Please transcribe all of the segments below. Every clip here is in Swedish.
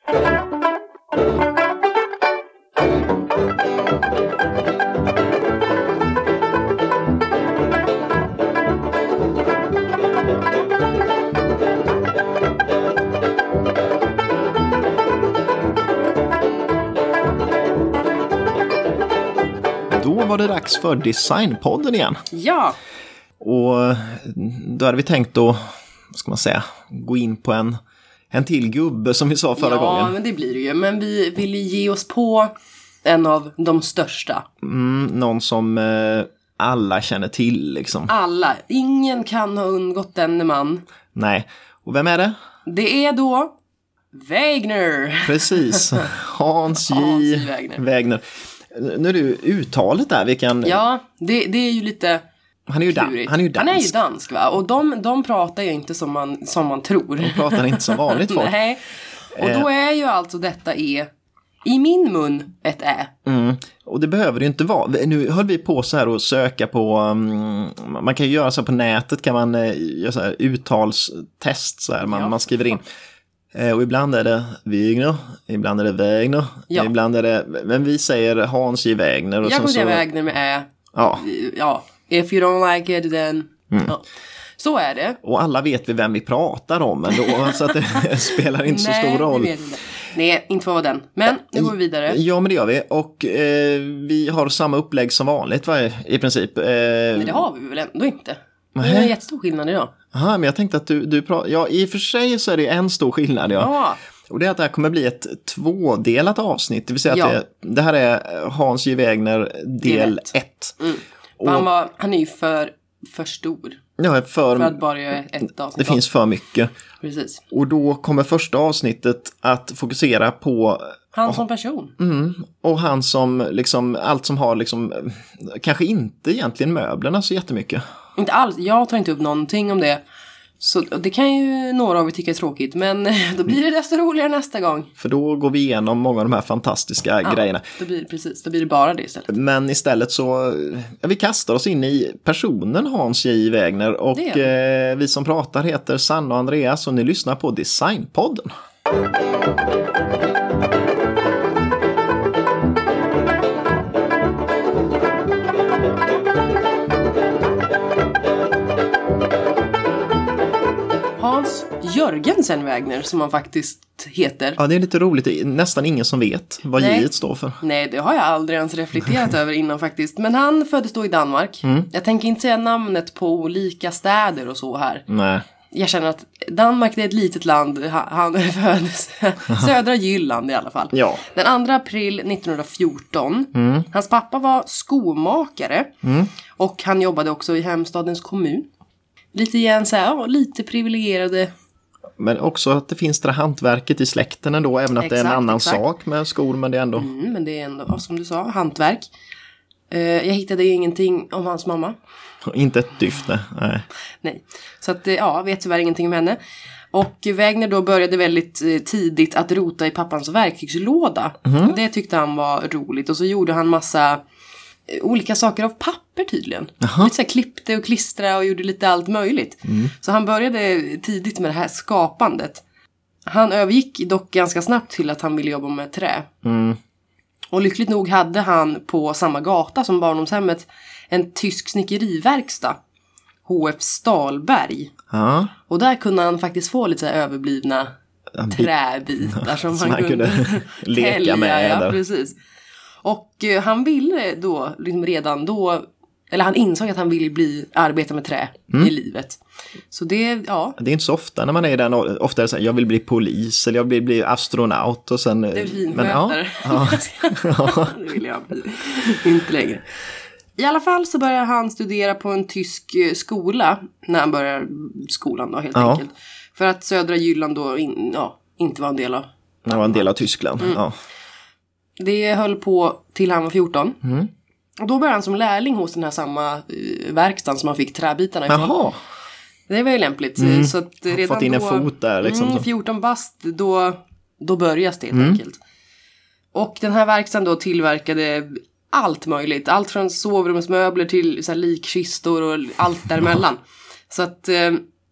Då var det dags för Designpodden igen. Ja. Och då hade vi tänkt att, vad ska man säga, gå in på en till gubbe som vi sa förra gången. Ja, men det blir det ju. Men vi vill ge oss på en av de största. Någon som alla känner till liksom. Alla. Ingen kan ha undgått denne man. Nej. Och vem är det? Det är då Wägner. Precis. Hans J. Wägner. Nu är det ju uttalet där. Ja, det är ju lite... Han är ju dansk. Han är ju dansk, va? Och de pratar ju inte som man tror. De pratar inte som vanligt folk. Nej. Och då är ju alltså detta i min mun ett ä. Och det behöver det ju inte vara. Nu höll vi på så här och söka på... man kan ju göra så här på nätet. Kan man göra så här uttalstest. Så här. Man skriver in. Och ibland är det Wägner. Ibland är det Wägner. Ja. Ibland är det... Men vi säger Hans J. Wägner. Och jag kommer så... säga Wägner med ä. Ja. If you don't like it, then... Ja. Så är det. Och alla vet vi vem vi pratar om ändå, så att det spelar inte så stor roll. Nej, inte var den. Men nu går vi vidare. Ja, men det gör vi. Och vi har samma upplägg som vanligt, i princip. Men det har vi väl ändå inte. Det är en jättestor skillnad idag. Jaha, men jag tänkte att du pratar... Ja, i och för sig så är det en stor skillnad, ja. Och det är att det här kommer bli ett tvådelat avsnitt. Det vill säga att det här är Hans J. Wägner del 1. Och han är ju för stor. Ja, för att bara göra ett avsnitt. Det finns för mycket. Precis. Och då kommer första avsnittet att fokusera på... Han som person. Och han som liksom... Allt som har liksom... Kanske inte egentligen möblerna så jättemycket. Inte alls. Jag tar inte upp någonting om det. Så det kan ju några av er tycka är tråkigt. Men då blir det desto roligare nästa gång. För då går vi igenom många av de här fantastiska grejerna. Då blir det bara det istället. Men istället så... vi kastar oss in i personen Hans J. Wägner. Och vi som pratar heter Sanna och Andreas. Och ni lyssnar på Designpodden. Jörgensen Wägner som han faktiskt heter. Ja, det är lite roligt. Det är nästan ingen som vet vad J står för. Nej, det har jag aldrig ens reflekterat över innan faktiskt. Men han föddes då i Danmark. Jag tänker inte säga namnet på olika städer och så här. Nej. Jag känner att Danmark är ett litet land. Han föddes södra Jylland i alla fall. Ja. Den 2 april 1914. Hans pappa var skomakare. Och han jobbade också i hemstadens kommun. Lite igen så här, lite privilegierade. Men också att det finns det hantverket i släkten ändå. Även att det är en annan sak med skor. Men det är ändå... men det är ändå, som du sa, hantverk. Jag hittade ju ingenting om hans mamma. Inte ett dyft, nej. Så att, vet tyvärr ingenting om henne. Och Wägner då började väldigt tidigt att rota i pappans verktygslåda. Det tyckte han var roligt. Och så gjorde han massa... olika saker av papper tydligen. Lite så här klippte och klistra och gjorde lite allt möjligt. Så han började tidigt med det här skapandet. Han övergick dock ganska snabbt till att han ville jobba med trä. Och lyckligt nog hade han på samma gata som barndomshemmet en tysk snickeriverkstad. HF Stalberg. Och där kunde han faktiskt få lite så här överblivna träbitar som han kunde leka med. Ja, precis. Och han ville då, liksom redan då, eller han insåg att han ville arbeta med trä i livet. Så det, Det är inte så ofta när man är den, ofta är det så här, jag vill bli polis eller jag vill bli astronaut och sen... Delfinskötare. Det vill jag bli. Inte längre. I alla fall så börjar han studera på en tysk skola när han börjar skolan då helt enkelt. För att södra Jylland då inte var en del av... Det var en del av Tyskland, Det höll på till han var 14. Och då började han som lärling hos den här samma verkstaden som han fick träbitarna ifrån. Jaha. Det var ju lämpligt. Så att redan fått in en fot där liksom. 14 bast, då börjas det helt enkelt. Och den här verkstaden då tillverkade allt möjligt. Allt från sovrumsmöbler till så här likkistor och allt däremellan. Så att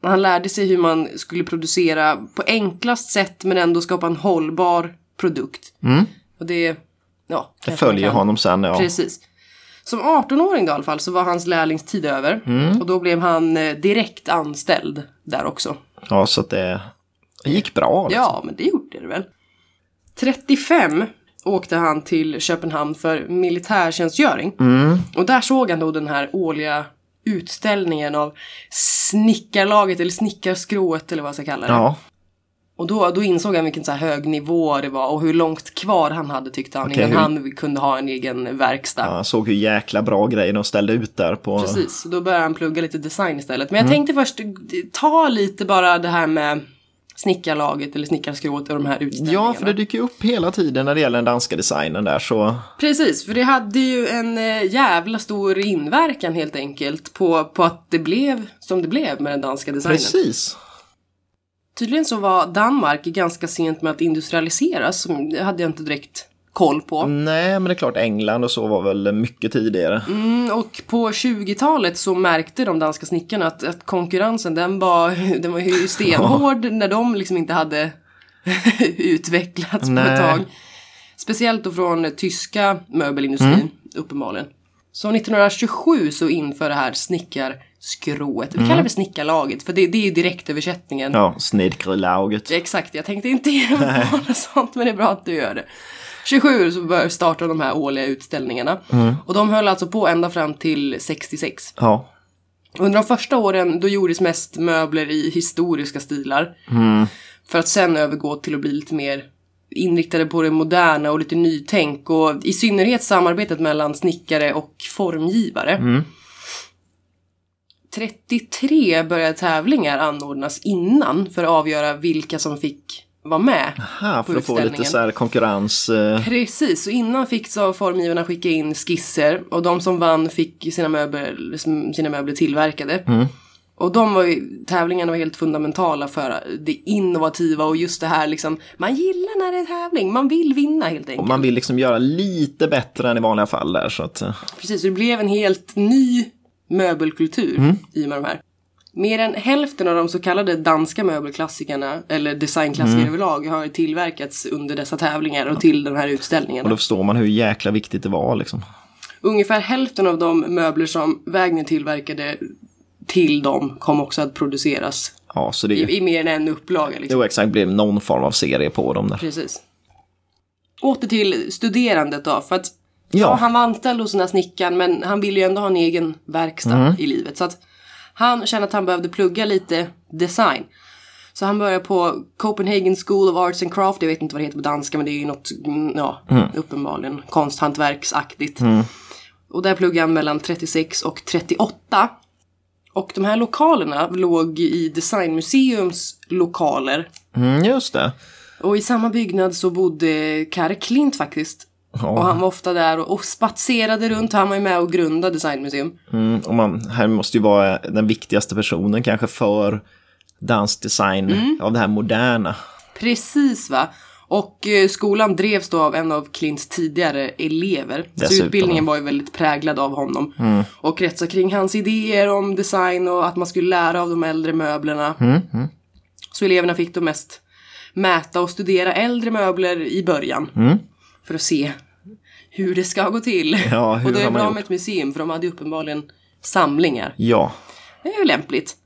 Han lärde sig hur man skulle producera på enklast sätt men ändå skapa en hållbar produkt. Och det följer honom sen, ja. Precis. Som 18-åring då i alla fall så var hans lärlingstid över. Och då blev han direkt anställd där också. Ja, så att det gick bra. Liksom. Ja, men det gjorde det väl. 35 åkte han till Köpenhamn för militärtjänstgöring. Och där såg han då den här årliga utställningen av snickarlaget eller snickarskrået eller vad jag ska kalla det. Ja. Och då insåg han vilken så här hög nivå det var och hur långt kvar han hade tyckte han innan han kunde ha en egen verkstad. Ja, han såg hur jäkla bra grejer de ställde ut där på... Precis, då började han plugga lite design istället. Men jag tänkte först ta lite bara det här med snickarlaget eller snickarskrået och de här utställningarna. Ja, för det dyker upp hela tiden när det gäller den danska designen där så... Precis, för det hade ju en jävla stor inverkan helt enkelt på att det blev som det blev med den danska designen. Precis. Tydligen så var Danmark ganska sent med att industrialiseras. Det hade jag inte direkt koll på. Nej, men det är klart England och så var väl mycket tidigare. Och på 20-talet så märkte de danska snickarna att konkurrensen den var ju stenhård när de liksom inte hade utvecklats på ett tag. Speciellt då från tyska möbelindustrin, uppenbarligen. Så 1927 så inför det här snickarskrået. Vi kallar det snickarlaget, för det är ju direktöversättningen. Ja, snickarlaget. Exakt, jag tänkte inte ge mig på något sånt, men det är bra att du gör det. 27 så började starta de här årliga utställningarna. Och de höll alltså på ända fram till 66. Ja. Under de första åren då gjordes mest möbler i historiska stilar. För att sen övergå till att bli lite mer inriktade på det moderna och lite nytänk. Och i synnerhet samarbetet mellan snickare och formgivare. 33 började tävlingar anordnas innan för att avgöra vilka som fick vara med. Aha, för att få lite så här konkurrens. Precis, och innan fick så formgivarna skicka in skisser och de som vann fick sina möbler tillverkade. Och tävlingarna var helt fundamentala för det innovativa och just det här liksom, man gillar när det är tävling, man vill vinna helt enkelt. Och man vill liksom göra lite bättre än i vanliga fall där så att... Precis, så det blev en helt ny möbelkultur i och med de här. Mer än hälften av de så kallade danska möbelklassikerna eller designklassiker överlag har tillverkats under dessa tävlingar och till de här utställningarna. Och då förstår man hur jäkla viktigt det var liksom. Ungefär hälften av de möbler som Wägner tillverkade till dem kom också att produceras så det i mer än en upplaga. Liksom. Det exakt blev någon form av serie på dem där. Precis. Åter till studerandet då, för att han var anställd hos den här snickaren men han ville ju ändå ha en egen verkstad i livet. Så att han kände att han behövde plugga lite design. Så han började på Copenhagen School of Arts and Craft. Jag vet inte vad det heter på danska men det är ju något uppenbarligen konsthantverksaktigt. Och där pluggade han mellan 36 och 38. Och de här lokalerna låg i Designmuseums lokaler. Just det. Och i samma byggnad så bodde Karre Klint faktiskt. Och han var ofta där och spatserade runt. Han var ju med och grundade Designmuseum. Och här måste ju vara den viktigaste personen kanske för dansdesign av det här moderna. Precis va. Och skolan drevs då av en av Klints tidigare elever. Dessutom. Så utbildningen var ju väldigt präglad av honom. Och kretsade kring hans idéer om design och att man skulle lära av de äldre möblerna. Så eleverna fick då mest mäta och studera äldre möbler i början. För att se hur det ska gå till. Ja, hur och det är bra gjort? med ett museum för de hade uppenbarligen samlingar. Ja. Det är ju lämpligt.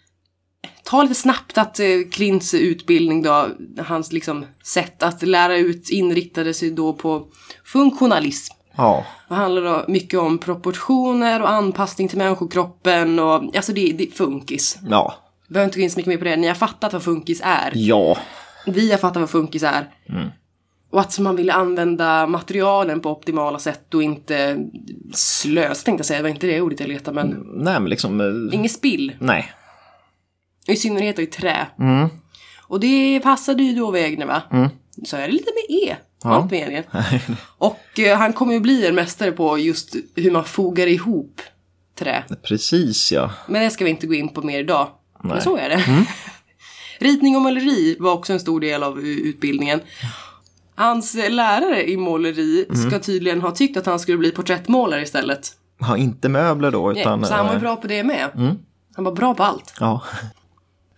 Ta lite snabbt att Klints utbildning då, hans liksom sätt att lära ut inriktade sig då på funktionalism. Ja. Det handlar då mycket om proportioner och anpassning till människokroppen och alltså det är funkis. Ja. Behöver inte gå in så mycket mer på det. Ni har fattat vad funkis är. Ja. Vi har fattat vad funkis är. Och att man ville använda materialen på optimala sätt och inte slös, tänkte jag säga. Det var inte det ordet jag letade, men... Nej, men liksom... Inget spill. Nej. I synnerhet i trä. Och det passade ju då Wägner, va? Så är det lite med E. Ja. Med det. Och han kommer ju bli en mästare på just hur man fogar ihop trä. Precis, ja. Men det ska vi inte gå in på mer idag. Nej. Men så är det. Ritning och måleri var också en stor del av utbildningen. Hans lärare i måleri ska tydligen ha tyckt att han skulle bli porträttmålare istället. Ja, inte möbler då, utan... Nej, så han var ju bra på det med. Han var bra på allt. Ja.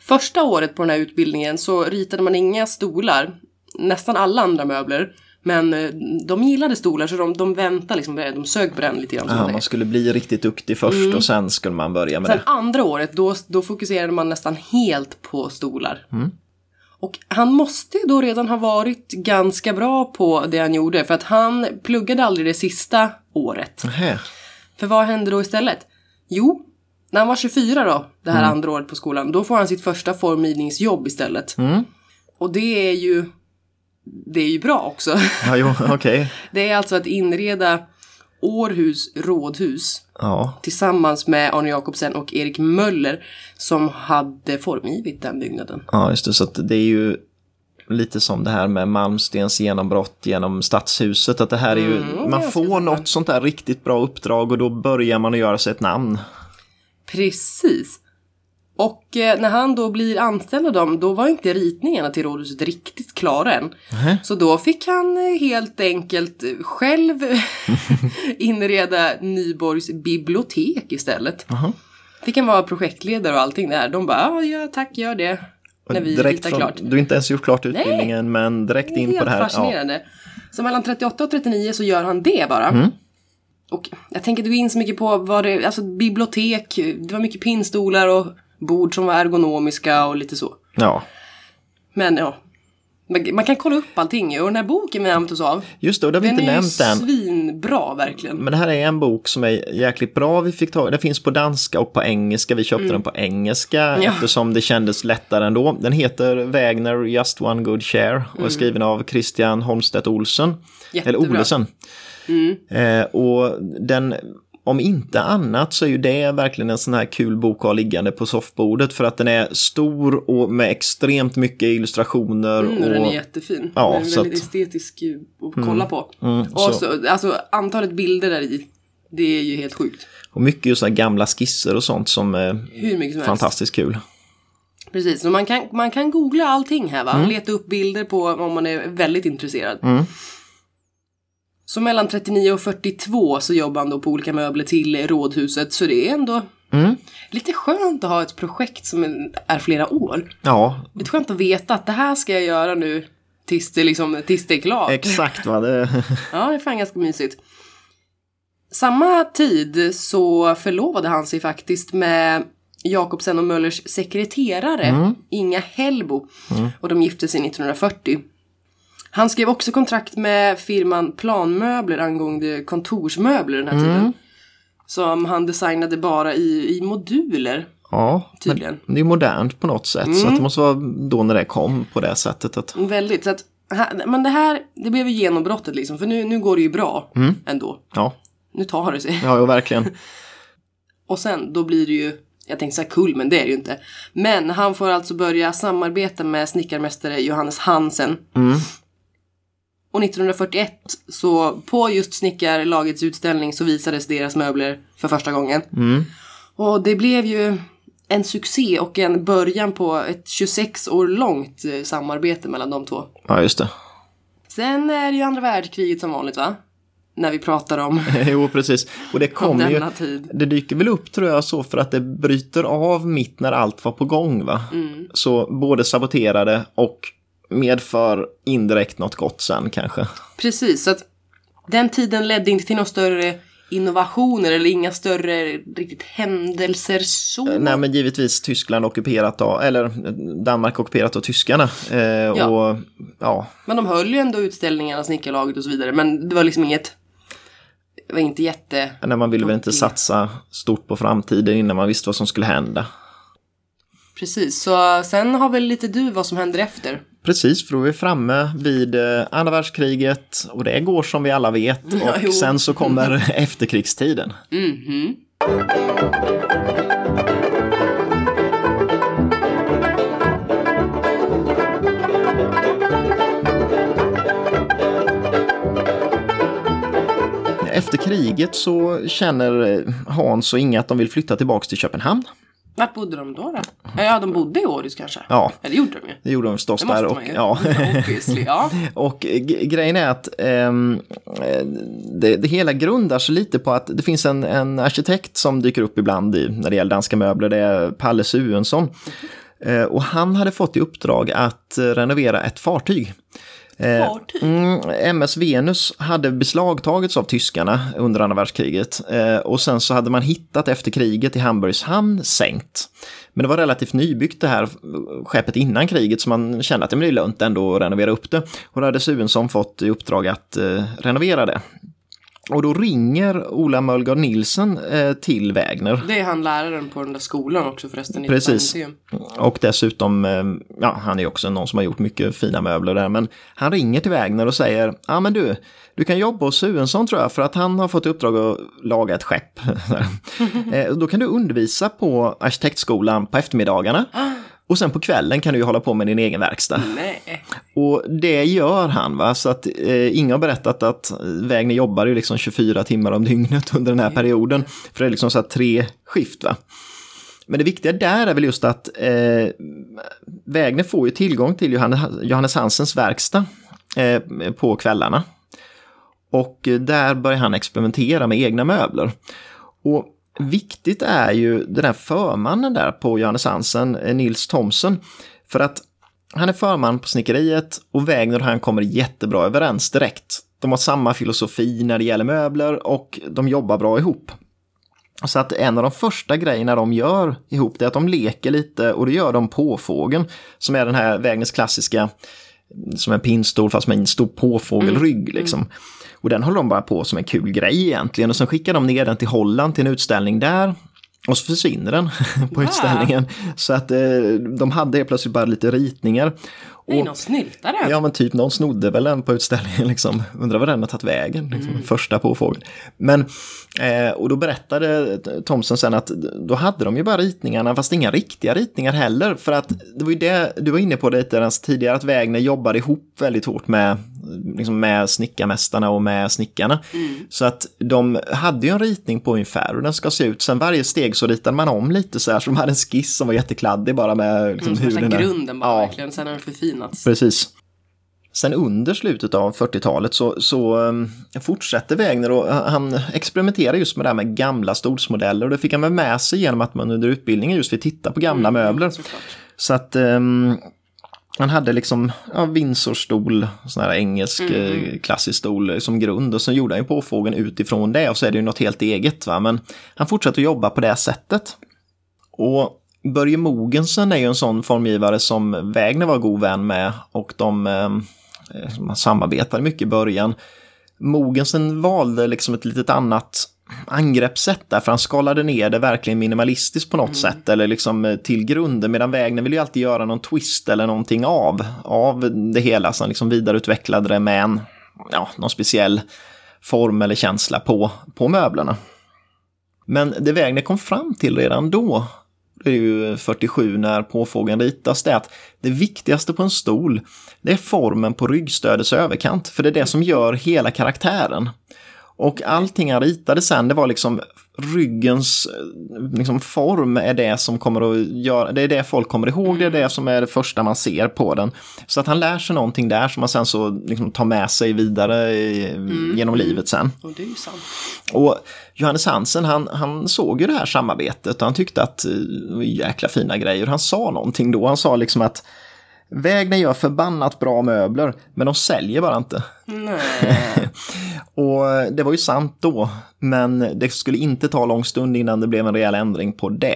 Första året på den här utbildningen så ritade man inga stolar. Nästan alla andra möbler. Men de gillade stolar så de väntade liksom, de sög på den lite grann. Ja, man skulle bli riktigt duktig först och sen skulle man börja med sen det. Andra året, då fokuserade man nästan helt på stolar. Och han måste ju då redan ha varit ganska bra på det han gjorde. För att han pluggade aldrig det sista året. För vad hände då istället? Jo, när han var 24 då, det här andra året på skolan, då får han sitt första formgivningsjobb istället. Och det är ju bra också. Ja, jo, okej. Det är alltså att inreda Århus rådhus tillsammans med Arne Jacobsen och Erik Möller som hade formgivit den byggnaden. Ja, just det. Så att det är ju lite som det här med Malmstens genombrott genom stadshuset. Att det här är ju, man får något sånt där riktigt bra uppdrag och då börjar man att göra sig ett namn. Precis. Och när han då blir anställd av dem, då var inte ritningarna till rådhuset riktigt klara än. Så då fick han helt enkelt själv inreda Nyborgs bibliotek istället. Fick han vara projektledare och allting där. De bara, ja tack, gör det. När vi ritar klart. Du har inte ens gjort klart utbildningen, men direkt in på det här. Helt fascinerande. Så mellan 38 och 39 så gör han det bara. Och jag tänker inte gå in så mycket på vad det, alltså bibliotek, det var mycket pinnstolar och bord som var ergonomiska och lite så. Ja. Men ja, man kan kolla upp allting och den här boken vi nämnt oss av. Just det, och det har vi inte nämnt än. Den är svinbra verkligen. Men det här är en bok som är jäkligt bra. Vi fick ta, den finns på danska och på engelska. Vi köpte den på engelska eftersom det kändes lättare ändå. Den heter Wägner Just One Good Share och är skriven av Christian Holmstedt Olsen. Jättebra. Eller Olesen. Och den, om inte annat så är ju det verkligen en sån här kul bok att ha liggande på soffbordet för att den är stor och med extremt mycket illustrationer. Och den är jättefin. Ja, den är väldigt estetisk att kolla på. Och så, alltså antalet bilder där i, det är ju helt sjukt. Och mycket just så här gamla skisser och sånt som är fantastiskt kul. Precis, så man kan googla allting här va? Leta upp bilder på om man är väldigt intresserad. Så mellan 39 och 42 så jobbar han då på olika möbler till rådhuset. Så det är ändå lite skönt att ha ett projekt som är flera år. Ja. Lite skönt att veta att det här ska jag göra nu tills det är klart. Exakt vad det... Ja, det är fan ganska mysigt. Samma tid så förlovade han sig faktiskt med Jacobsen och Möllers sekreterare Inga Hellbo. Och de gifte sig 1940. Han skrev också kontrakt med firman Planmöbler angående kontorsmöbler den här tiden. Som han designade bara i moduler. Ja, tydligen. Men det är modernt på något sätt. Så att det måste vara då när det kom på det sättet. Att... Väldigt. Så att, men det blev ju genombrottet liksom. För nu går det ju bra ändå. Ja. Nu tar det sig. Ja, verkligen. Och sen, då blir det ju... Jag tänkte så här kul, men det är det ju inte. Men han får alltså börja samarbeta med snickarmästare Johannes Hansen. Och 1941 så på just snickarlagets utställning så visades deras möbler för första gången. Och det blev ju en succé och en början på ett 26 år långt samarbete mellan de två. Ja, just det. Sen är det ju andra världskriget som vanligt va? När vi pratar om jo, precis. Och det kommer ju, tid. Det dyker väl upp tror jag så för att det bryter av mitt när allt var på gång va? Så både saboterade och medför indirekt något gott sen kanske. Precis, så att den tiden ledde inte till några större innovationer eller inga större riktigt händelser så. Nej, men givetvis Tyskland ockuperat av, eller Danmark ockuperat av tyskarna. Och, ja. Men de höll ju ändå utställningarna, snickarlaget och så vidare. Men det var liksom inget, det var inte jätte... Nej, man ville väl inte satsa stort på framtiden innan man visste vad som skulle hända. Precis, så sen har väl lite du vad som händer efter. Precis, för då är vi framme vid andra världskriget och det går som vi alla vet och sen så kommer efterkrigstiden. Efter kriget så känner Hans och Inga att de vill flytta tillbaka till Köpenhamn. Vart bodde de då? Ja, de bodde i Århus kanske. Ja. Eller gjorde de ju. Det gjorde de förstås där. Och, ja. Ja. Och grejen är att det hela grundar sig lite på att det finns en arkitekt som dyker upp ibland när det gäller danska möbler. Det är Palle Suensson. Och han hade fått i uppdrag att renovera ett fartyg. MS Venus hade beslagtagits av tyskarna under andra världskriget och sen så hade man hittat efter kriget i Hamburgs hamn sänkt. Men det var relativt nybyggt det här skeppet innan kriget, så man kände att det blev lönt ändå att renovera upp det. Och då hade Suensson fått i uppdrag att renovera det. Och då ringer Ola Mölgaard Nielsen till Wägner. Det är han läraren på den där skolan också förresten. Precis. Och dessutom, han är också någon som har gjort mycket fina möbler där. Men han ringer till Wägner och säger, ja men du kan jobba hos Suensson tror jag, för att han har fått uppdrag att laga ett skepp. Då kan du undervisa på arkitektskolan på eftermiddagarna. Och sen på kvällen kan du ju hålla på med din egen verkstad. Nej. Och det gör han, va? Så att Inga har berättat att Wägner jobbar ju liksom 24 timmar om dygnet under den här perioden. För det är liksom så här 3 skift, va? Men det viktiga där är väl just att Wägner får ju tillgång till Johannes Hansens verkstad på kvällarna. Och där börjar han experimentera med egna möbler. Och viktigt är ju den här förmannen där på Johannes Hansen, Nils Thomsen, för att han är förman på snickeriet och Wägner och han kommer jättebra överens direkt. De har samma filosofi när det gäller möbler och de jobbar bra ihop. Så att en av de första grejerna de gör ihop är att de leker lite, och det gör de påfågeln, som är den här Wägners klassiska, som en pinnstol fast med en stor påfågelrygg liksom. Och den håller de bara på som en kul grej egentligen. Och sen skickar de ner den till Holland till en utställning där. Och så försvinner den på utställningen. Så att de hade helt plötsligt bara lite ritningar. Det är någon snyltare. Ja, men typ någon snodde väl den på utställningen. Liksom. Undrar vad den har tagit vägen. Liksom, första påfågeln. Men, och då berättade Thomsen sen att då hade de ju bara ritningarna, fast inga riktiga ritningar heller. För att det var ju det, du var inne på det tidigare, att Wägner jobbade ihop väldigt hårt med, liksom med snickarmästarna och med snickarna. Så att de hade ju en ritning på ungefär och den ska se ut. Sen varje steg så ritade man om lite så här, så de hade en skiss som var jättekladdig bara med liksom, hur den grunden bara, verkligen. Sen är den förfinats. Precis. Sen under slutet av 40-talet så fortsätter Wägner och han experimenterar just med det här med gamla stolsmodeller, och det fick han med sig genom att man under utbildningen just fick titta på gamla möbler. Såklart. Så att han hade liksom Windsor-stol, sån här engelsk klassisk stol som grund, och så gjorde han ju påfågeln utifrån det, och så är det ju något helt eget, va? Men han fortsatte att jobba på det sättet. Och Börje Mogensen är ju en sån formgivare som Wägner var god vän med, och de samarbetade mycket i början. Mogensen valde liksom ett litet annat angreppssätt där, för han skalade ner det verkligen minimalistiskt på något sätt, eller liksom till grunden, medan Wägner vill ju alltid göra någon twist eller någonting av det hela, så han liksom vidareutvecklade det med någon speciell form eller känsla på möblerna. Men det Wägner kom fram till redan då, det är ju 47 när påfågeln ritas, det är att det viktigaste på en stol, det är formen på ryggstödets överkant, för det är det som gör hela karaktären. Och allting han ritade sen, det var liksom ryggens liksom form är det som kommer att göra, det är det folk kommer ihåg, det är det som är det första man ser på den. Så att han lär sig någonting där som man sen så liksom tar med sig vidare genom livet sen. Och det är ju sant. Och Johannes Hansen, han såg ju det här samarbetet och han tyckte att det var jäkla fina grejer. Han sa någonting då, han sa liksom att Wägner gör förbannat bra möbler, men de säljer bara inte. Nej. Och det var ju sant då, men det skulle inte ta lång stund innan det blev en rejäl ändring på det.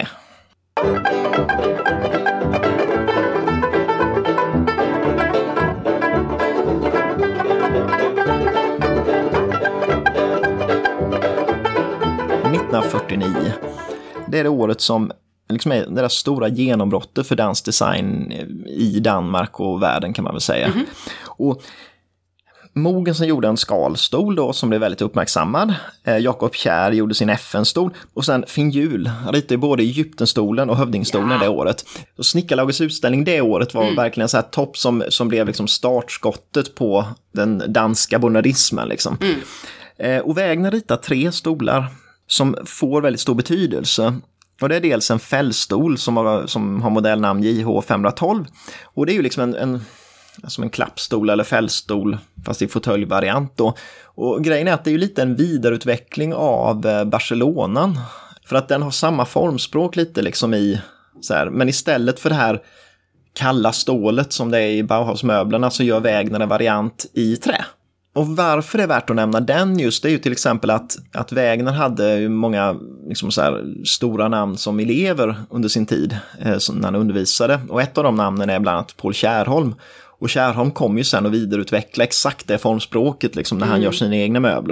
Det är det året som liksom är det där stora genombrottet för dansdesign i Danmark och världen, kan man väl säga. Och Mogensen gjorde en skalstol då som blev väldigt uppmärksammad. Jakob Kjær gjorde sin FN-stol. Och sen Finn Hjul ritade både Egyptenstolen och Hövdingstolen det året. Och Snickarlagets utställning det året var verkligen så här topp som blev liksom startskottet på den danska bonadismen. Liksom. Och Wägner ritade 3 stolar som får väldigt stor betydelse. Och det är dels en fällstol som har modellnamn JH 512. Och det är ju liksom en klappstol eller fällstol, fast i fåtöljvariant då. Och grejen är att det är ju lite en vidareutveckling av Barcelonan. För att den har samma formspråk lite liksom i Så här. Men istället för det här kalla stålet som det är i Bauhausmöblerna så gör Wägner en variant i trä. Och varför det är värt att nämna den just, det är ju till exempel att Wägner hade många liksom så här, stora namn som elever under sin tid när han undervisade. Och ett av de namnen är bland annat Paul Kärrholm. Och Kärrholm kom ju sen att vidareutveckla exakt det formspråket liksom, när han gör sina egna möbler.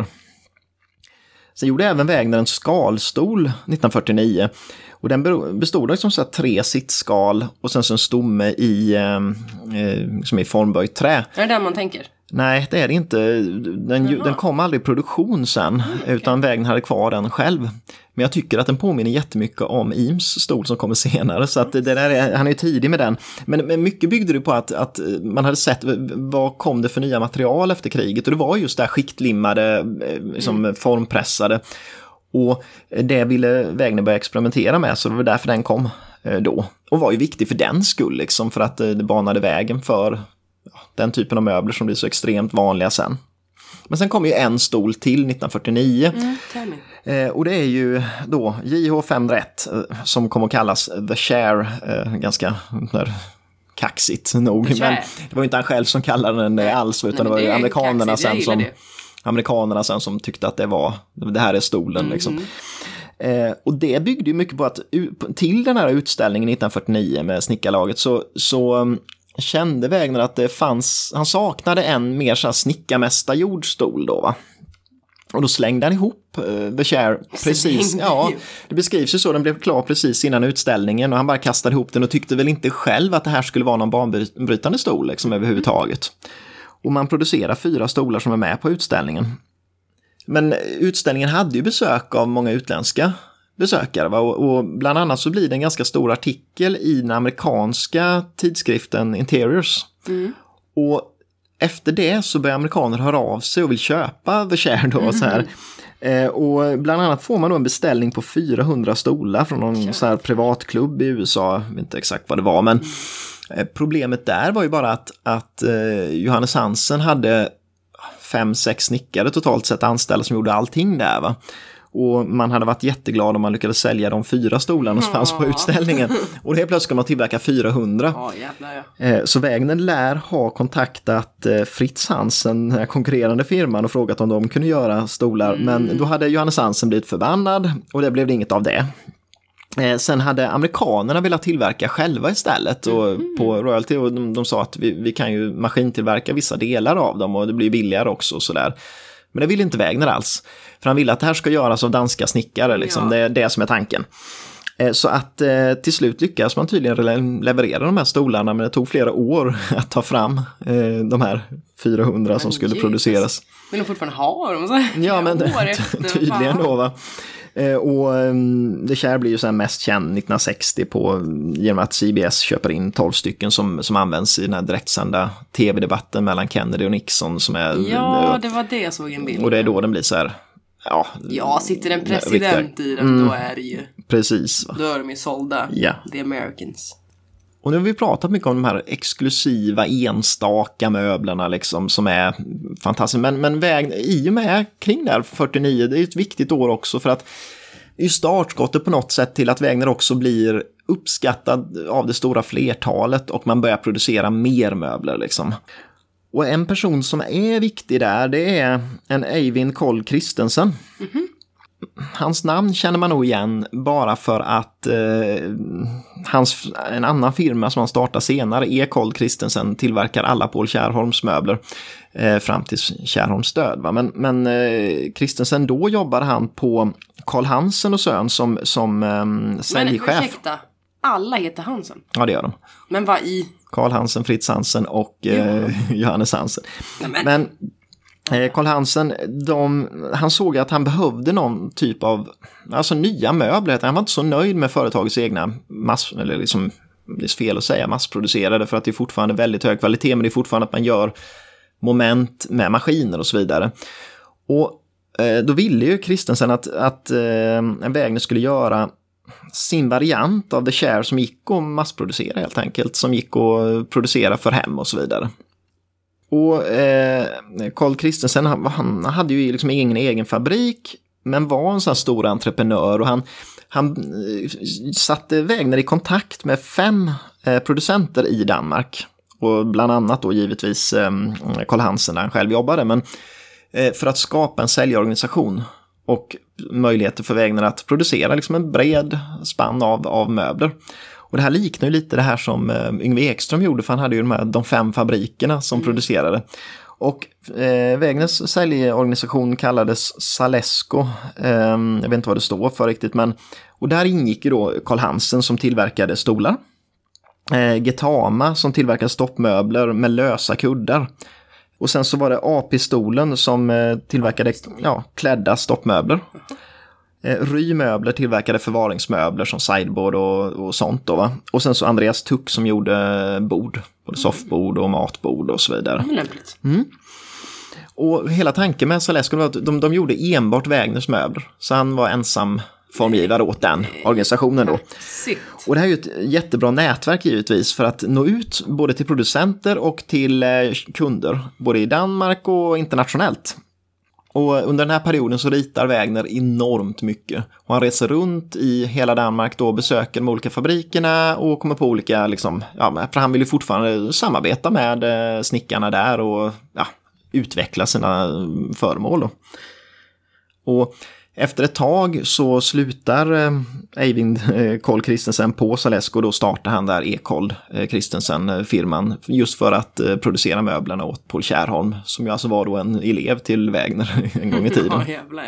Sen gjorde även Wägner en skalstol 1949. Och den bestod av liksom så här 3 sittskal och sen så en stomme som i formböjt trä. Är det den man tänker? Nej, det är det inte. Den kom aldrig i produktion sen, utan Wägner hade kvar den själv. Men jag tycker att den påminner jättemycket om Ihms stol som kommer senare, så att det där han är ju tidig med den. Men mycket byggde det på att man hade sett vad kom det för nya material efter kriget, och det var just det här skiktlimmade, liksom formpressade. Och det ville Wägner börja experimentera med, så det var därför den kom då. Och var ju viktig för den skull, liksom, för att det banade vägen för den typen av möbler som blir så extremt vanliga sen. Men sen kom ju en stol till 1949. Och det är ju då JH 501 som kommer att kallas The Chair. Ganska kaxigt nog. Men det var ju inte han själv som kallade den det alls, utan det var ju amerikanerna sen som tyckte att det här är stolen. Liksom. Och det byggde ju mycket på att till den här utställningen 1949 med snickarlaget så kände Wägner att han saknade en mer så här snickarmästargjord stol då, va? Och då slängde han ihop The Chair precis. Ja, det beskrivs ju så, den blev klar precis innan utställningen och han bara kastade ihop den och tyckte väl inte själv att det här skulle vara någon banbrytande stol liksom, överhuvudtaget. Och man producerar 4 stolar som är med på utställningen. Men utställningen hade ju besök av många utländska besökare, va? Och bland annat så blir det en ganska stor artikel i den amerikanska tidskriften Interiors. Och efter det så börjar amerikaner höra av sig och vill köpa The Chair då, så här. Och bland annat får man då en beställning på 400 stolar från någon så här privatklubb i USA, jag vet inte exakt vad det var, men problemet där var ju bara att Johannes Hansen hade 5-6 snickare totalt sett anställda som gjorde allting där, va? Och man hade varit jätteglad om man lyckades sälja de 4 stolarna som fanns på utställningen. Och det plötsligt ska man tillverka 400. Så Wägner lär ha kontaktat Fritz Hansen, den här konkurrerande firman, och frågat om de kunde göra stolar. Men då hade Johannes Hansen blivit förbannad och det blev inget av det. Sen hade amerikanerna velat tillverka själva istället och på royalty, och de sa att vi kan ju maskintillverka vissa delar av dem och det blir billigare också och sådär. Men det ville inte Wägner alls. För han ville att det här ska göras av danska snickare. Liksom. Det är det som är tanken. Så att till slut lyckas man tydligen leverera de här stolarna. Men det tog flera år att ta fram de här 400 som skulle produceras. Vill de fortfarande ha dem? Ja, men tydligen då, va. Och The Chair blir ju sen mest känd 1960 genom att CBS köper in 12 stycken som används i den här direktsända tv-debatten mellan Kennedy och Nixon som är... Ja, det var det jag såg en bild. Och det är då den blir så här... Ja, sitter en president i den, då är det ju... Precis. Då är de ju sålda, the Americans. Och nu har vi pratat mycket om de här exklusiva enstaka möblerna liksom, som är fantastiska. Men i och med kring där 49, det är ett viktigt år också för att det är startskottet på något sätt till att Wägner också blir uppskattad av det stora flertalet och man börjar producera mer möbler liksom. Och en person som är viktig där, det är en Eivind Kold Christensen. Hans namn känner man nog igen bara för att en annan firma som han startar senare, E. Kold Christensen, tillverkar alla Paul Kärrholms möbler fram till Kärrholms död. Va? Men Christensen, då jobbade han på Carl Hansen och Sön som säljchef. Men ursäkta, alla heter Hansen? Ja, det gör de. Men vad i? Carl Hansen, Fritz Hansen och Johannes Hansen. Men Carl Hansen, han såg att han behövde någon typ av nya möbler. Han var inte så nöjd med företagets egna eller liksom, det är fel att säga massproducerade för att det är fortfarande väldigt hög kvalitet, men det är fortfarande att man gör moment med maskiner och så vidare. Och då ville ju Christensen att en Wägner skulle göra sin variant av The Chair som gick att massproducera helt enkelt, som gick att producera för hem och så vidare. Och Carl Christensen, han hade ju liksom ingen egen fabrik, men var en sån här stor entreprenör, och han satte Wägner i kontakt med 5 producenter i Danmark. Och bland annat då givetvis Carl Hansen där han själv jobbade, men för att skapa en säljorganisation och möjligheter för Wägner att producera liksom en bred spann av möbler. Och det här liknar ju lite det här som Yngve Ekström gjorde, för han hade ju de 5 fabrikerna som producerade. Och Wägners säljorganisation kallades Salesco, jag vet inte vad det står för riktigt, men och där ingick ju då Carl Hansen som tillverkade stolar, Getama som tillverkade stoppmöbler med lösa kuddar, och sen så var det AP-stolen som tillverkade klädda stoppmöbler. Rymöbler tillverkade förvaringsmöbler som sideboard och sånt då, va? Och sen så Andreas Tuck som gjorde bord, både soffbord och matbord och så vidare. Och hela tanken med Salesco var att de gjorde enbart Wägners möbler, så han var ensam formgivare åt den organisationen då. Och det här är ju ett jättebra nätverk givetvis för att nå ut både till producenter och till kunder, både i Danmark och internationellt. Och under den här perioden så ritar Wägner enormt mycket. Och han reser runt i hela Danmark då, besöker de olika fabrikerna och kommer på olika, för han vill ju fortfarande samarbeta med snickarna där och utveckla sina föremål då. Och efter ett tag så slutar Eivind Kold Christensen på Salesco, då startar han där Ekold Christensen-firman just för att producera möblerna åt Paul Kjærholm, som ju alltså var då en elev till Wägner en gång i tiden. Ja, jävlar.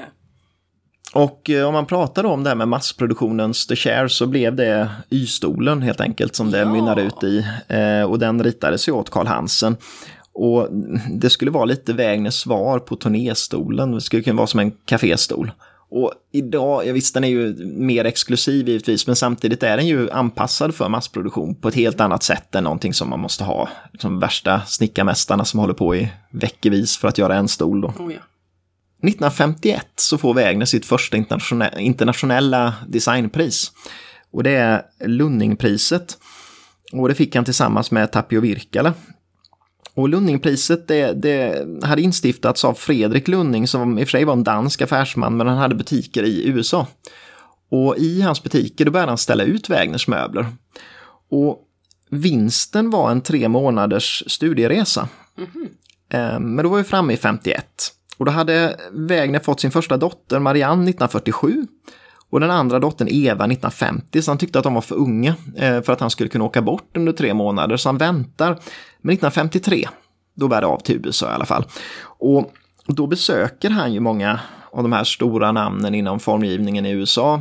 Och om man pratar om det här med massproduktionens The Chair, så blev det Y-stolen helt enkelt som det mynnar ut i, och den ritades ju åt Carl Hansen. Och det skulle vara lite Wägners svar på turnéstolen, det skulle kunna vara som en kaféstol. Och idag, visst den är ju mer exklusiv givetvis, men samtidigt är den ju anpassad för massproduktion på ett helt annat sätt än någonting som man måste ha. Liksom värsta snickarmästarna som håller på i veckovis för att göra en stol då. 1951 så får Wägner sitt första internationella designpris. Och det är Lunningpriset. Och det fick han tillsammans med Tapio Virkala. Och Lunningpriset det hade instiftats av Fredrik Lunning, som i och för sig var en dansk affärsman, men han hade butiker i USA. Och i hans butiker då började han ställa ut Wägners möbler. Och vinsten var en 3 månaders studieresa. Men då var vi framme i 51. Och då hade Wägner fått sin första dotter Marianne 1947. Och den andra dottern Eva 1950, så han tyckte att de var för unga för att han skulle kunna åka bort under 3 månader. Så han väntar. Men 1953, då bär det av till USA i alla fall. Och då besöker han ju många av de här stora namnen inom formgivningen i USA.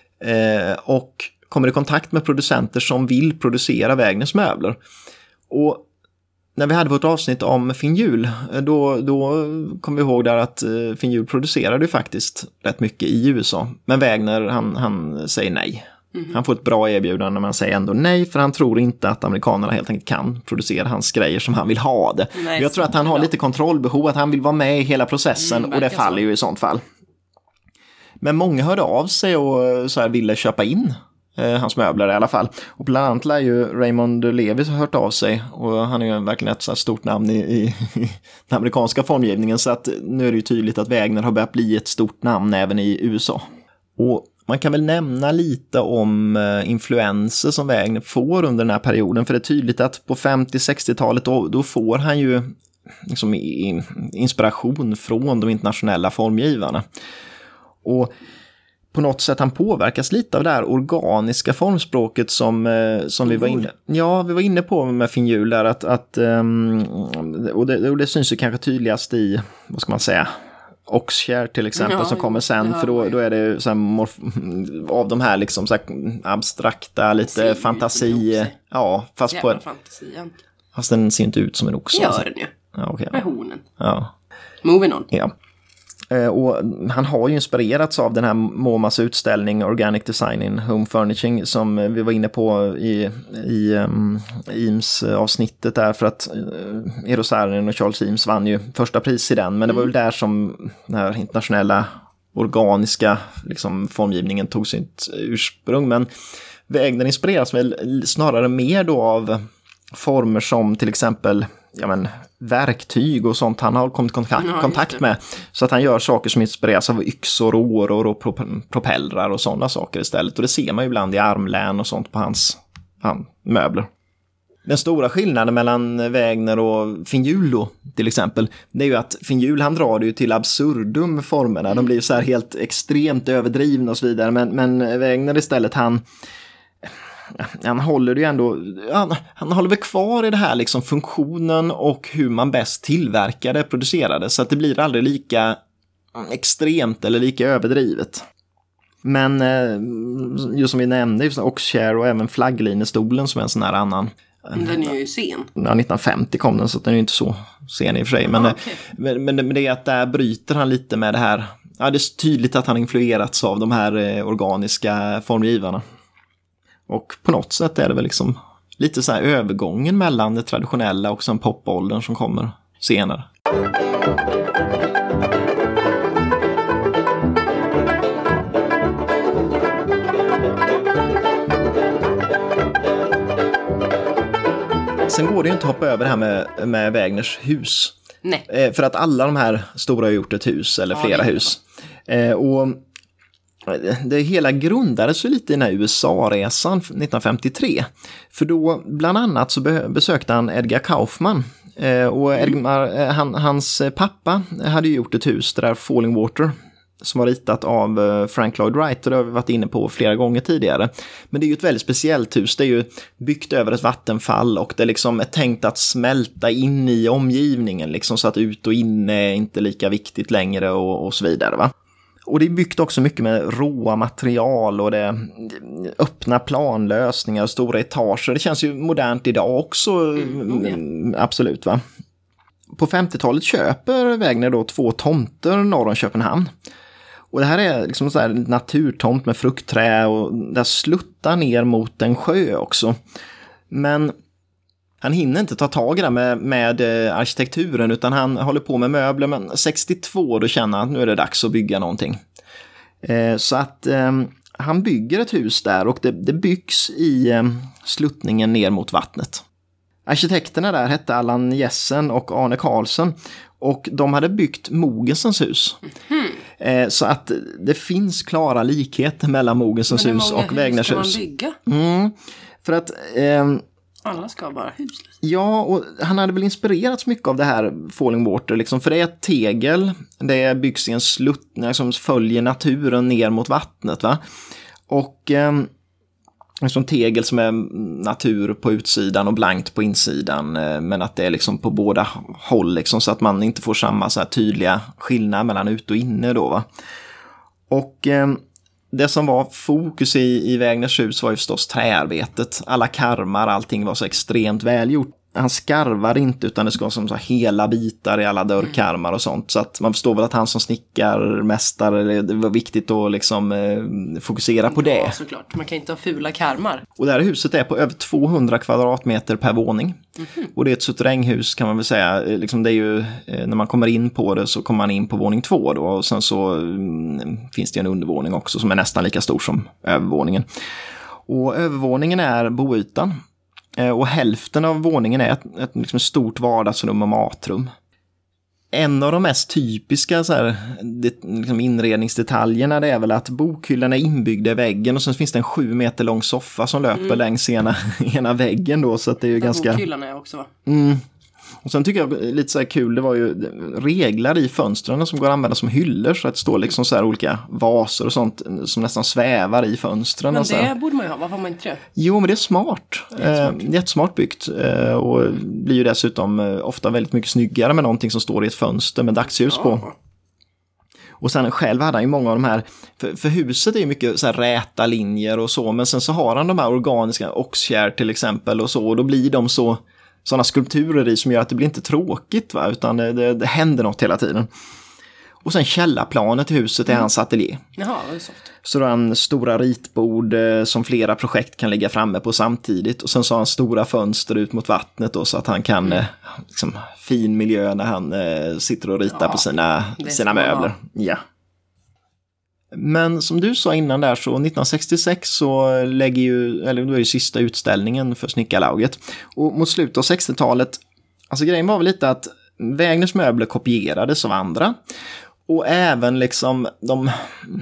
Och kommer i kontakt med producenter som vill producera Wägners möbler. Och när vi hade vårt avsnitt om Finnhjul, då kom vi ihåg där att Finnhjul producerade ju faktiskt rätt mycket i USA. Men Wägner, han säger nej. Han får ett bra erbjudande, men han säger ändå nej, för han tror inte att amerikanerna helt enkelt kan producera hans grejer som han vill ha det. Nej, jag tror att han har lite kontrollbehov, att han vill vara med i hela processen, och det faller ju i sånt fall. Men många hörde av sig och så här ville köpa in hans möbler i alla fall. Och bland annat lär ju Raymond Levis ha hört av sig, och han är ju verkligen ett så här stort namn i den amerikanska formgivningen, så att nu är det ju tydligt att Wägner har börjat bli ett stort namn även i USA. Och man kan väl nämna lite om influenser som Wägner får under den här perioden, för det är tydligt att på 50-60-talet då får han ju liksom inspiration från de internationella formgivarna. Och på något sätt han påverkas lite av det här organiska formspråket som vi var inne. Ja, vi var inne på med Finnhjul där och det syns ju kanske tydligast i, vad ska man säga, Oxshare till exempel, som kommer sen, för då är det så här av de här liksom så här abstrakta, lite fantasi. Ja, fast på fast den ser inte ut som en oxe. Gör den ju. Ja, okay. Med hornen. Ja. Moving on. Ja. Och han har ju inspirerats av den här MoMAs utställning Organic Design in Home Furnishing, som vi var inne på i Eames avsnittet där, för att Eero Saarinen och Charles Eames vann ju första pris i den, men det var väl där som den här internationella organiska liksom formgivningen tog sitt ursprung. Men Wägner inspireras väl snarare mer då av former som till exempel verktyg och sånt han har kommit i kontakt med. Så att han gör saker som inspireras av yxor, åror och propellrar och sådana saker istället. Och det ser man ju ibland i armlän och sånt på hans möbler. Den stora skillnaden mellan Wägner och Finjul till exempel, det är ju att Finjul han drar det ju till absurdum formerna. De blir så här helt extremt överdrivna och så vidare. Men Wägner istället, han håller det ju ändå, han håller väl kvar i det här liksom funktionen och hur man bäst tillverkade, producerade, så att det blir aldrig lika extremt eller lika överdrivet. Men just som vi nämnde, just Oxshare och även flagglinjestolen som är en sån här annan. Den är ju sen. Ja, 1950 kom den, så den är ju inte så sen i och för sig. Men det är att där bryter han lite med det här. Ja, det är tydligt att han influerats av de här organiska formgivarna. Och på något sätt är det väl liksom lite så här övergången mellan det traditionella och sen popåldern som kommer senare. Sen går det ju inte att hoppa över det här med Wägners hus. Nej. För att alla de här stora har gjort ett hus eller flera hus. Och det hela grundades ju lite i den här USA-resan 1953. För då bland annat så besökte han Edgar Kaufman. Och hans pappa hade ju gjort ett hus, det där Falling Water, som var ritat av Frank Lloyd Wright, och det har vi varit inne på flera gånger tidigare. Men det är ju ett väldigt speciellt hus. Det är ju byggt över ett vattenfall och det liksom är tänkt att smälta in i omgivningen liksom, så att ut och in är inte lika viktigt längre och så vidare, va? Och det är byggt också mycket med råa material och det öppna planlösningar och stora etager. Det känns ju modernt idag också, absolut, va? På 50-talet köper Wägner då 2 tomter norr om Köpenhamn. Och det här är liksom så här naturtomt med fruktträd och där sluttar ner mot en sjö också. Men han hinner inte ta tag i det med arkitekturen, utan han håller på med möbler. Men 62 då känner han att nu är det dags att bygga någonting. Så att han bygger ett hus där och det byggs i sluttningen ner mot vattnet. Arkitekterna där hette Allan Jessen och Arne Karlsson, och de hade byggt Mogensens hus. Så att det finns klara likheter mellan Mogensens hus och Wägners hus. Men hur många hus ska man bygga? För att alla ska bara hus. Ja, och han hade väl inspirerats mycket av det här Falling Water liksom, för det är ett tegel, det byggs i en sluttning som följer naturen ner mot vattnet, va? Och en sån tegel som är natur på utsidan och blankt på insidan, men att det är liksom på båda håll liksom, så att man inte får samma så här tydliga skillnad mellan ut och inne då, va? Och det som var fokus i Wägners hus var ju förstås träarbetet. Alla karmar, allting var så extremt välgjort. Han skarvar inte, utan det ska vara som så hela bitar i alla dörrkarmar och sånt. Så att man förstår väl att han som snickarmästare, det var viktigt att liksom fokusera på det. Ja, såklart. Man kan inte ha fula karmar. Och det här huset är på över 200 kvadratmeter per våning. Och det är ett suterränghus kan man väl säga. Liksom det är ju, när man kommer in på det så kommer man in på våning 2 då. Och sen så finns det en undervåning också som är nästan lika stor som övervåningen. Och övervåningen är boytan. Och hälften av våningen är ett liksom stort vardagsrum och matrum. En av de mest typiska så här, liksom inredningsdetaljerna, det är väl att bokhyllan är inbyggd i väggen och sen finns det en 7 meter lång soffa som löper längs ena väggen då, så att det är ju ganska... Bokhyllan är också, va? Och sen tycker jag lite så här kul, det var ju reglar i fönstren som går att använda som hyllor, så att det står liksom så här olika vaser och sånt som nästan svävar i fönstren. Men och så det borde man ju ha, varför har man inte det? Jo, men det är smart. Jättesmart byggt. Och blir ju dessutom ofta väldigt mycket snyggare med någonting som står i ett fönster med dagsljus på. Och sen själv hade han ju många av de här, för huset är ju mycket så här räta linjer och så, men sen så har han de här organiska Oxshare till exempel och så, och då blir de sådana skulpturer i som gör att det blir inte tråkigt, va? Utan det händer något hela tiden. Och sen källarplanet i huset är hans ateljé. Jaha, det är soft. Så då har han stora ritbord som flera projekt kan ligga framme på samtidigt. Och sen så har han stora fönster ut mot vattnet då, så att han kan liksom, fin miljö när han sitter och ritar på sina möbler. Ja. Men som du sa innan där, så 1966 så då är ju sista utställningen för Snickarlauget. Och mot slutet av 60-talet Alltså grejen var väl lite att Wägners möbler kopierades av andra. Och även liksom de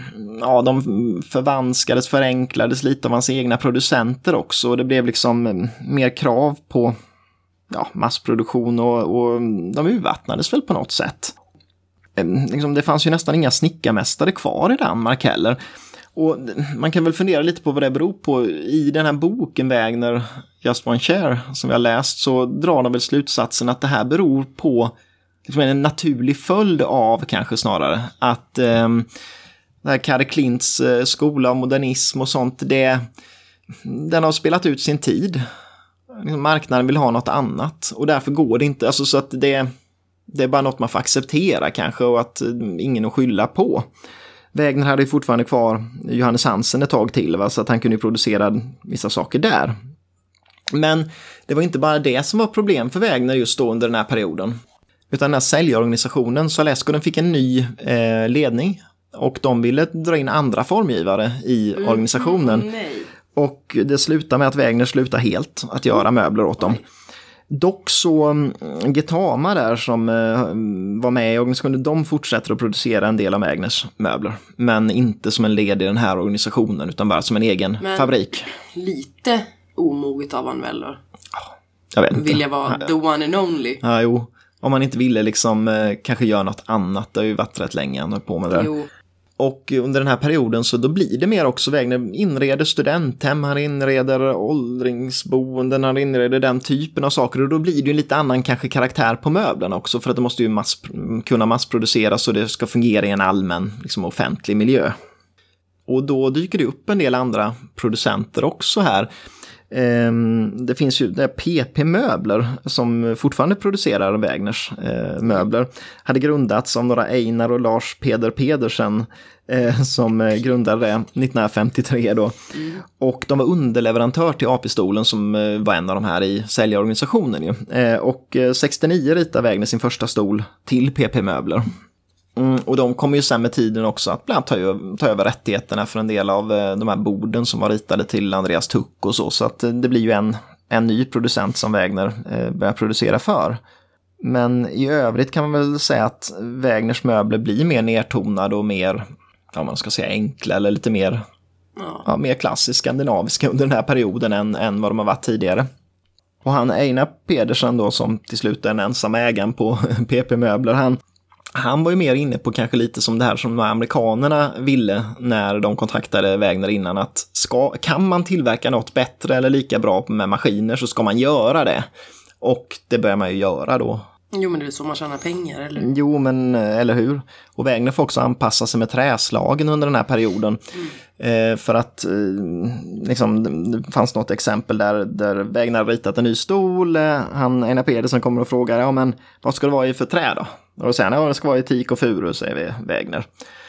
förvanskades, förenklades lite av hans egna producenter också. Och det blev liksom mer krav på massproduktion och de urvattnades väl på något sätt. Liksom, det fanns ju nästan inga snickarmästare kvar i Danmark heller. Och man kan väl fundera lite på vad det beror på. I den här boken Wägner, Just One Chair, som vi har läst, så drar de väl slutsatsen att det här beror på liksom en naturlig följd av kanske snarare att det här Karl Klints skola av modernism och sånt, den har spelat ut sin tid. Marknaden vill ha något annat och därför går det inte. Alltså, så att det är bara något man får acceptera kanske och att ingen att skylla på. Wägner hade ju fortfarande kvar Johannes Hansen ett tag till, så att han kunde producera vissa saker där. Men det var inte bara det som var problem för Wägner just då under den här perioden. Utan den här säljorganisationen, Zalesko, den fick en ny ledning och de ville dra in andra formgivare i organisationen. Och det slutade med att Wägner slutade helt att göra möbler åt dem. Dock så Getama där som var med i organisationen, de fortsätter att producera en del av Wägners möbler. Men inte som en led i den här organisationen utan bara som en egen fabrik. Lite omoget av han väl då? Jag vet inte. Vill jag vara the one and only? Ja, jo. Om man inte ville liksom kanske göra något annat. Det har ju varit rätt länge han höll på med det. Jo. Och under den här perioden så då blir det mer också Wägner inreder studenthem, han inreder åldringsboenden, han inreder den typen av saker och då blir det ju en lite annan kanske karaktär på möblerna också för att det måste ju kunna massproduceras och det ska fungera i en allmän liksom, offentlig miljö. Och då dyker det upp en del andra producenter också här. Det finns ju PP-möbler som fortfarande producerar Wägners möbler. Hade grundats av några Einar och Lars Peder Pedersen som grundade det 1953 då. Och de var underleverantör till AP-stolen som var en av de här i säljorganisationen ju. Och 69 ritade Wägner sin första stol till PP-möbler. Och de kommer ju sen med tiden också att bland ta över rättigheterna för en del av de här borden som var ritade till Andreas Tuck och så att det blir ju en ny producent som Wägner börjar producera för. Men i övrigt kan man väl säga att Wägners möbler blir mer nertonade och mer, man ska säga enkla eller lite mer, mer klassisk skandinaviska under den här perioden än vad de har varit tidigare. Och han Einar Pedersen då som till slut är den ensamma ägaren på PP-möbler, han var ju mer inne på kanske lite som det här som amerikanerna ville när de kontaktade Wägner innan att kan man tillverka något bättre eller lika bra med maskiner så ska man göra det. Och det börjar man ju göra då. Jo, men det är så man tjänar pengar, eller? Jo, men eller hur? Och Wägner får också anpassa sig med träslagen under den här perioden. För att liksom, det fanns något exempel där Wägner ritat en ny stol. Einar Pedersen kommer och frågar, men vad ska det vara i för trä då? Och då säger han, det ska vara i teak och furu, säger Wägner.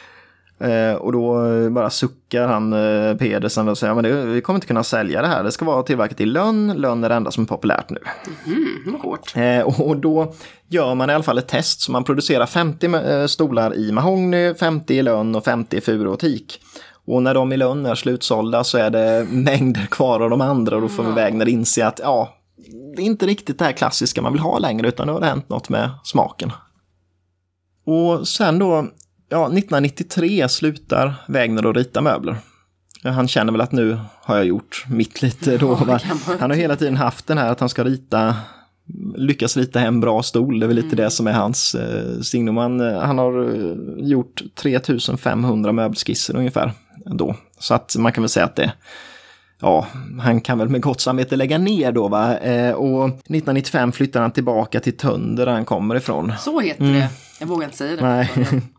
Och då bara suckar han Pedersen och säger, men vi kommer inte kunna sälja det här. Det ska vara tillverkat i lönn. Lönn är det enda som är populärt nu. Hårt. Och då gör man i alla fall ett test. Så man producerar 50 stolar i mahogny, 50 i lönn och 50 i furu och teak. Och när de i lönn är slutsålda så är det mängder kvar av de andra. Och då får Wägner inse att det är inte riktigt det här klassiska man vill ha längre, utan det har hänt något med smaken. Och sen då, 1993 slutar Wägner att rita möbler. Han känner väl att nu har jag gjort mitt lite då. Han har hela tiden haft den här att han ska lyckas rita hem bra stol. Det är väl lite det som är hans signum. Han har gjort 3500 möbelskisser ungefär då. Så att man kan väl säga att han kan väl med gott samvete lägga ner då, va? Och 1995 flyttar han tillbaka till Tönder där han kommer ifrån. Så heter det. Jag vågar inte säga det. Nej.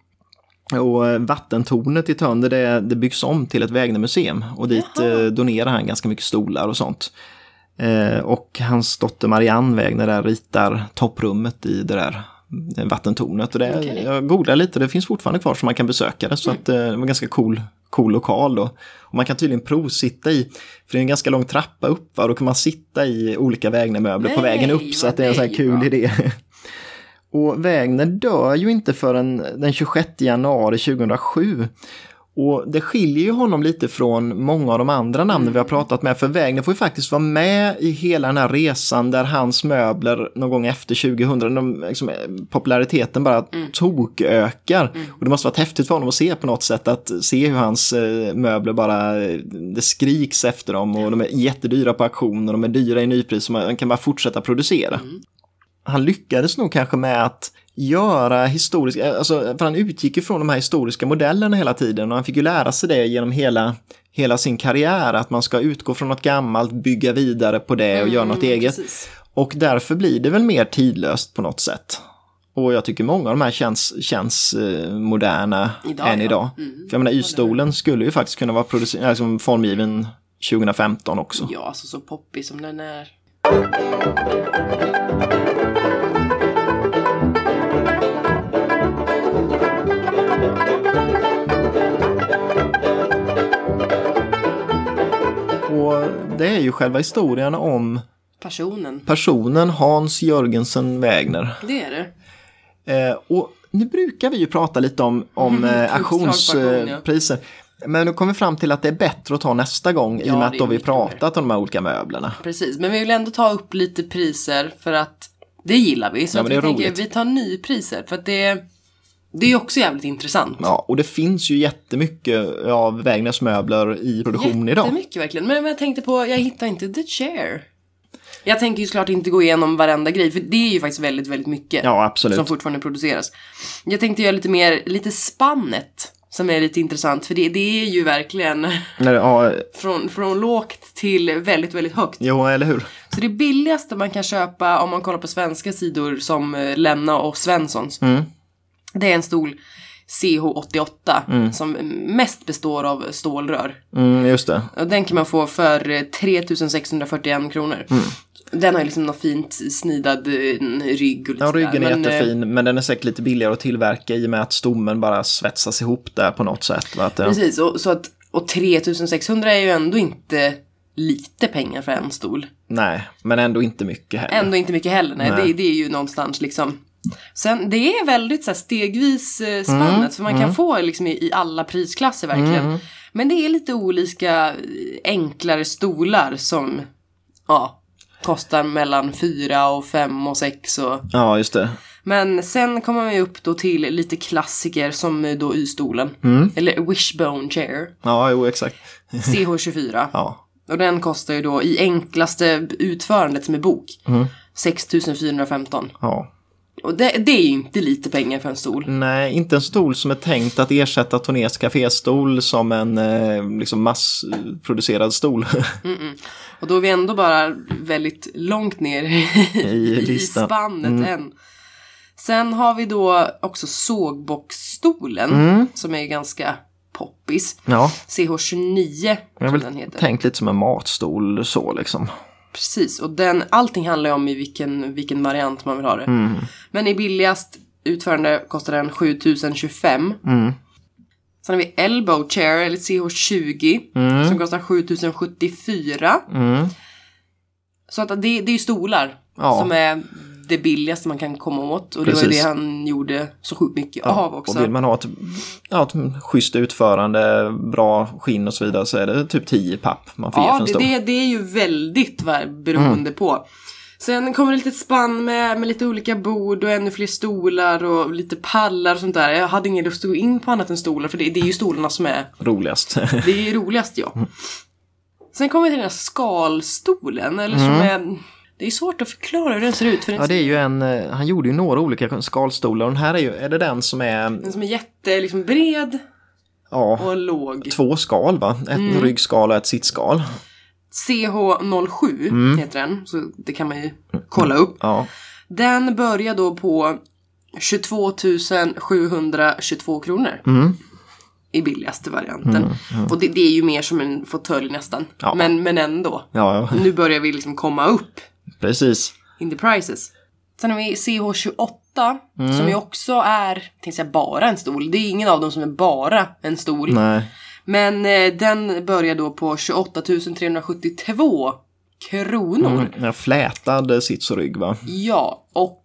Och vattentornet i Tönder det byggs om till ett Wägnermuseum. Och dit donerar han ganska mycket stolar och sånt. Och hans dotter Marianne Wägner där ritar topprummet i det där vattentornet. Och jag googlade lite, det finns fortfarande kvar som man kan besöka det. Så att det var en ganska cool lokal då. Och man kan tydligen provsitta i, för det är en ganska lång trappa upp, och då kan man sitta i olika Wägnermöbler på vägen upp, så att det är en sån här kul idé. Och Wägner dör ju inte förrän den 26 januari 2007. Och det skiljer ju honom lite från många av de andra namnen vi har pratat med. För Wägner får ju faktiskt vara med i hela den här resan där hans möbler någon gång efter 2000, liksom, populariteten bara tokökar. Och det måste vara häftigt för honom att se på något sätt, att se hur hans möbler bara, det skriks efter dem och de är jättedyra på auktion och de är dyra i nypris så man kan bara fortsätta producera. Han lyckades nog kanske med att göra historiska, alltså, för han utgick ifrån de här historiska modellerna hela tiden och han fick ju lära sig det genom hela sin karriär, att man ska utgå från något gammalt, bygga vidare på det och göra något eget. Precis. Och därför blir det väl mer tidlöst på något sätt. Och jag tycker många av de här känns moderna än idag. För jag menar, Y-stolen skulle ju faktiskt kunna vara liksom formgiven 2015 också. Ja, alltså så poppig som den är. Och det är ju själva historien om personen Hans Jörgensen Wägner. Det är det. Och nu brukar vi ju prata lite om auktionspriser. Men nu kommer vi fram till att det är bättre att ta nästa gång i och med att då vi pratat om de här olika möblerna. Precis, men vi vill ändå ta upp lite priser för att det gillar vi. Så att vi tänker vi tar nypriser för att det är också jävligt intressant. Ja, och det finns ju jättemycket av Wägners möbler i produktion idag. Jättemycket verkligen. Men jag tänkte på, jag hittar inte The Chair. Jag tänker ju såklart inte gå igenom varenda grej, för det är ju faktiskt väldigt, väldigt mycket som fortfarande produceras. Jag tänkte göra lite spannet som är lite intressant, för det är ju verkligen från lågt till väldigt, väldigt högt. Jo, eller hur? Så det billigaste man kan köpa om man kollar på svenska sidor som Lenna och Svenssons. Det är en stol CH88 som mest består av stålrör. Just det. Och den kan man få för 3641 kronor. Den har ju liksom något fint snidad rygg. Och lite ryggen är jättefin, men den är säkert lite billigare att tillverka i och med att stommen bara svetsas ihop där på något sätt. Precis, och 3600 är ju ändå inte lite pengar för en stol. Nej, men ändå inte mycket heller. Nej. Det är ju någonstans liksom. Sen, det är väldigt så här, stegvis spannet, för man kan få liksom i alla prisklasser verkligen. Men det är lite olika enklare stolar som kostar mellan 4 och 5 och 6 och... Ja, just det. Men sen kommer man ju upp då till lite klassiker som då Y-stolen. Eller Wishbone Chair. Ja, jo, exakt. CH24. Ja. Och den kostar ju då i enklaste utförandet som är bok 6415. Ja. Och det är ju inte lite pengar för en stol. Nej, inte en stol som är tänkt att ersätta Tonés kaféstol som en liksom massproducerad stol. Och då är vi ändå bara väldigt långt ner i spannet än. Sen har vi då också sågboxstolen som är ganska poppis. Ja. CH29. Jag vill tänkt lite som en matstol så liksom. Precis, och allting handlar ju om i vilken variant man vill ha det. Men i billigast utförande kostar den 7025. Sen har vi Elbow Chair eller CH20 som kostar 7074. Så att det är ju stolar som är det billigaste man kan komma åt. Och Precis. Det var ju det han gjorde så sjukt mycket av också. Och vill man ha ett schysst utförande, bra skinn och så vidare, så är det typ 10 papp man får ge för en stol. Det är ju väldigt beroende på. Sen kommer det lite spann med lite olika bord och ännu fler stolar och lite pallar och sånt där. Jag hade ingen lust att gå in på annat än stolar, för det är ju stolarna som är roligast. Det är ju roligast, ja. Sen kommer vi till den här skalstolen, eller som är... Det är svårt att förklara hur den ser ut. För det är ju han gjorde ju några olika skalstolar. Och den här är det den som är... Den som är jätte liksom bred och låg. 2 skal, va? Ett ryggskal och ett sittskal. CH07 heter den. Så det kan man ju kolla upp. Ja. Den börjar då på 22 722 kronor. I billigaste varianten. Och det är ju mer som en fåtölj nästan. Ja. Men ändå. Ja. Nu börjar vi liksom komma upp. Precis. In the prices. Sen har vi CH28 som ju också är, tänkte jag, bara en stol. Det är ingen av dem som är bara en stol. Nej. Men den börjar då på 28 372 kronor. Ja, flätad sits och rygg, va? Ja, och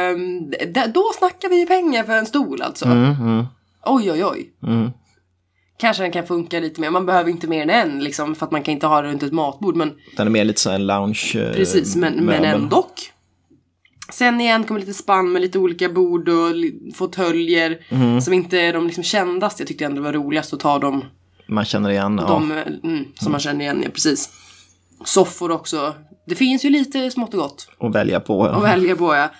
då snackar vi pengar för en stol alltså. Oj. kanske den kan funka lite mer. Man behöver inte mer än en liksom, för att man kan inte ha det runt ett matbord. Men den är mer lite så en lounge. Precis, men ändå. Sen igen kommer lite spann med lite olika bord och fåtöljer som inte är de liksom kändaste. Jag tyckte ändå det var roligast att ta dem. Man känner igen. Som man känner igen, ja, precis. Soffor också. Det finns ju lite smått och gott. Och välja på. Ja.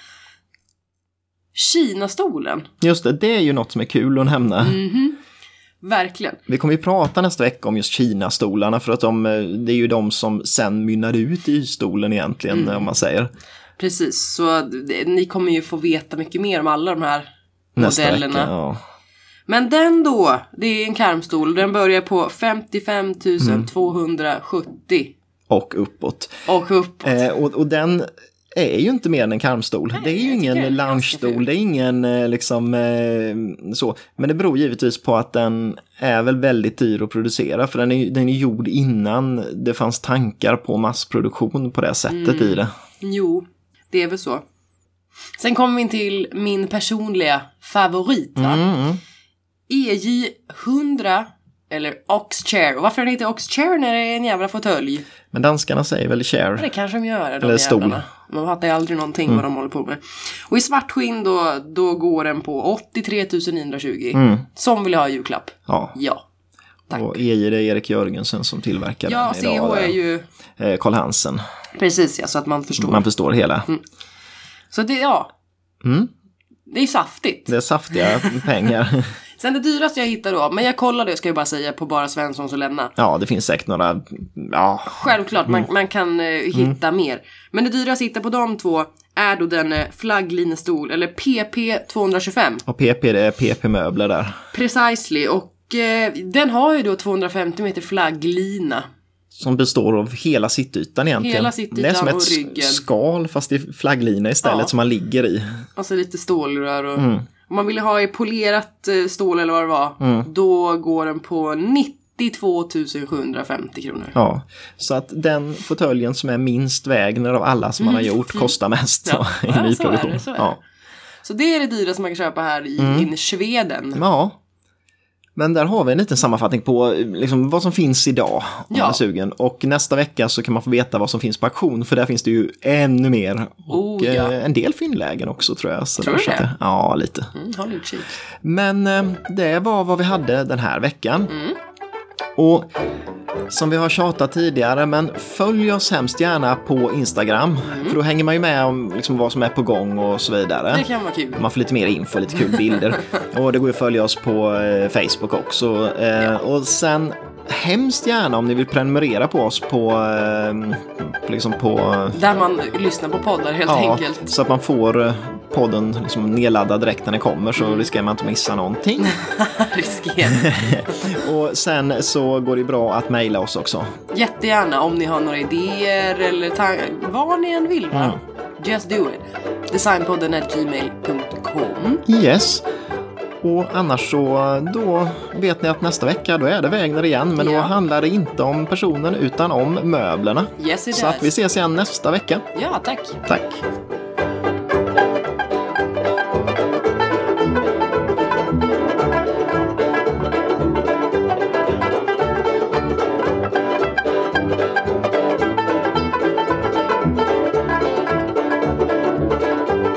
Kinastolen. Just det är ju något som är kul att nämna. Verkligen. Vi kommer ju prata nästa vecka om just Kinastolarna, för att det är ju de som sen mynnar ut i stolen egentligen, om man säger. Precis, så ni kommer ju få veta mycket mer om alla de här nästa modellerna. Vecka, ja. Men den då, det är en karmstol. Den börjar på 55 270. Och uppåt. Och den är ju inte mer än en karmstol. Nej, det är ju ingen loungestol, det är ingen liksom så. Men det beror givetvis på att den är väl väldigt dyr att producera, för den är gjord innan det fanns tankar på massproduktion på det sättet i det. Jo, det är väl så. Sen kommer vi till min personliga favorit, va? EJ 100 eller Oxchair. Och varför den heter Oxchair när det är en jävla fåtölj? Men danskarna säger väl chair. Det kanske de gör, eller stol. Jävlarna. Man fattar ju aldrig någonting vad de håller på med. Och i svart skinn då går den på 83 920. Som vill jag ha julklapp. Ja. Tack. Och EJ, det är Erik Jörgensen som tillverkar den idag. Ja, CH är ju Karl Hansen. Precis, ja, så att man förstår. Man förstår hela. Så det, det är saftigt. Det är saftiga pengar. Sen det dyraste jag hittade då, men jag kollade, ska jag bara säga, på bara Svenssons och Länna. Ja, det finns säkert några, Självklart, man kan hitta mer. Men det dyraste jag hittade på de två är då den flagglinestol, eller PP 225. Och PP, det är PP-möbler där. Precisely, och den har ju då 250 meter flagglina. Som består av hela sittytan egentligen. Hela sittytan det är som och ett ryggen. Skal fast i flagglina istället som man ligger i. Och så lite stålrör och om man ville ha i polerat stål eller vad det var, då går den på 92 750 kronor. Ja, så att den fåtöljen som är minst vägner av alla som man har gjort kostar mest i nyproduktion. Så det är det dyraste man kan köpa här i Sveden. Ja. Men där har vi en liten sammanfattning på liksom vad som finns idag om man är sugen. Och nästa vecka så kan man få veta vad som finns på auktion, för där finns det ju ännu mer. Och en del fyndlägen också, tror jag. Så tror du det? Ja, lite. Håll utkik. Men det var vad vi hade den här veckan. Och som vi har tjatat tidigare, men följ oss hemskt gärna på Instagram. För då hänger man ju med om liksom vad som är på gång och så vidare. Det kan vara kul. Man får lite mer info, lite kul bilder. Och det går ju att följa oss på Facebook också. Och sen hemskt gärna om ni vill prenumerera på oss på där man lyssnar på poddar helt enkelt. Så att man får podden liksom nedladdad direkt när den kommer, så riskerar man inte missa någonting. Och sen så går det bra att mejla oss också. Jättegärna om ni har några idéer eller vad ni än vill. Just do it. designpodden@gmail.com. Yes. Och annars så då vet ni att nästa vecka då är det Wägner igen, men då handlar det inte om personen utan om möblerna. Yes, it så does. att vi ses igen nästa vecka. Ja, tack. Tack.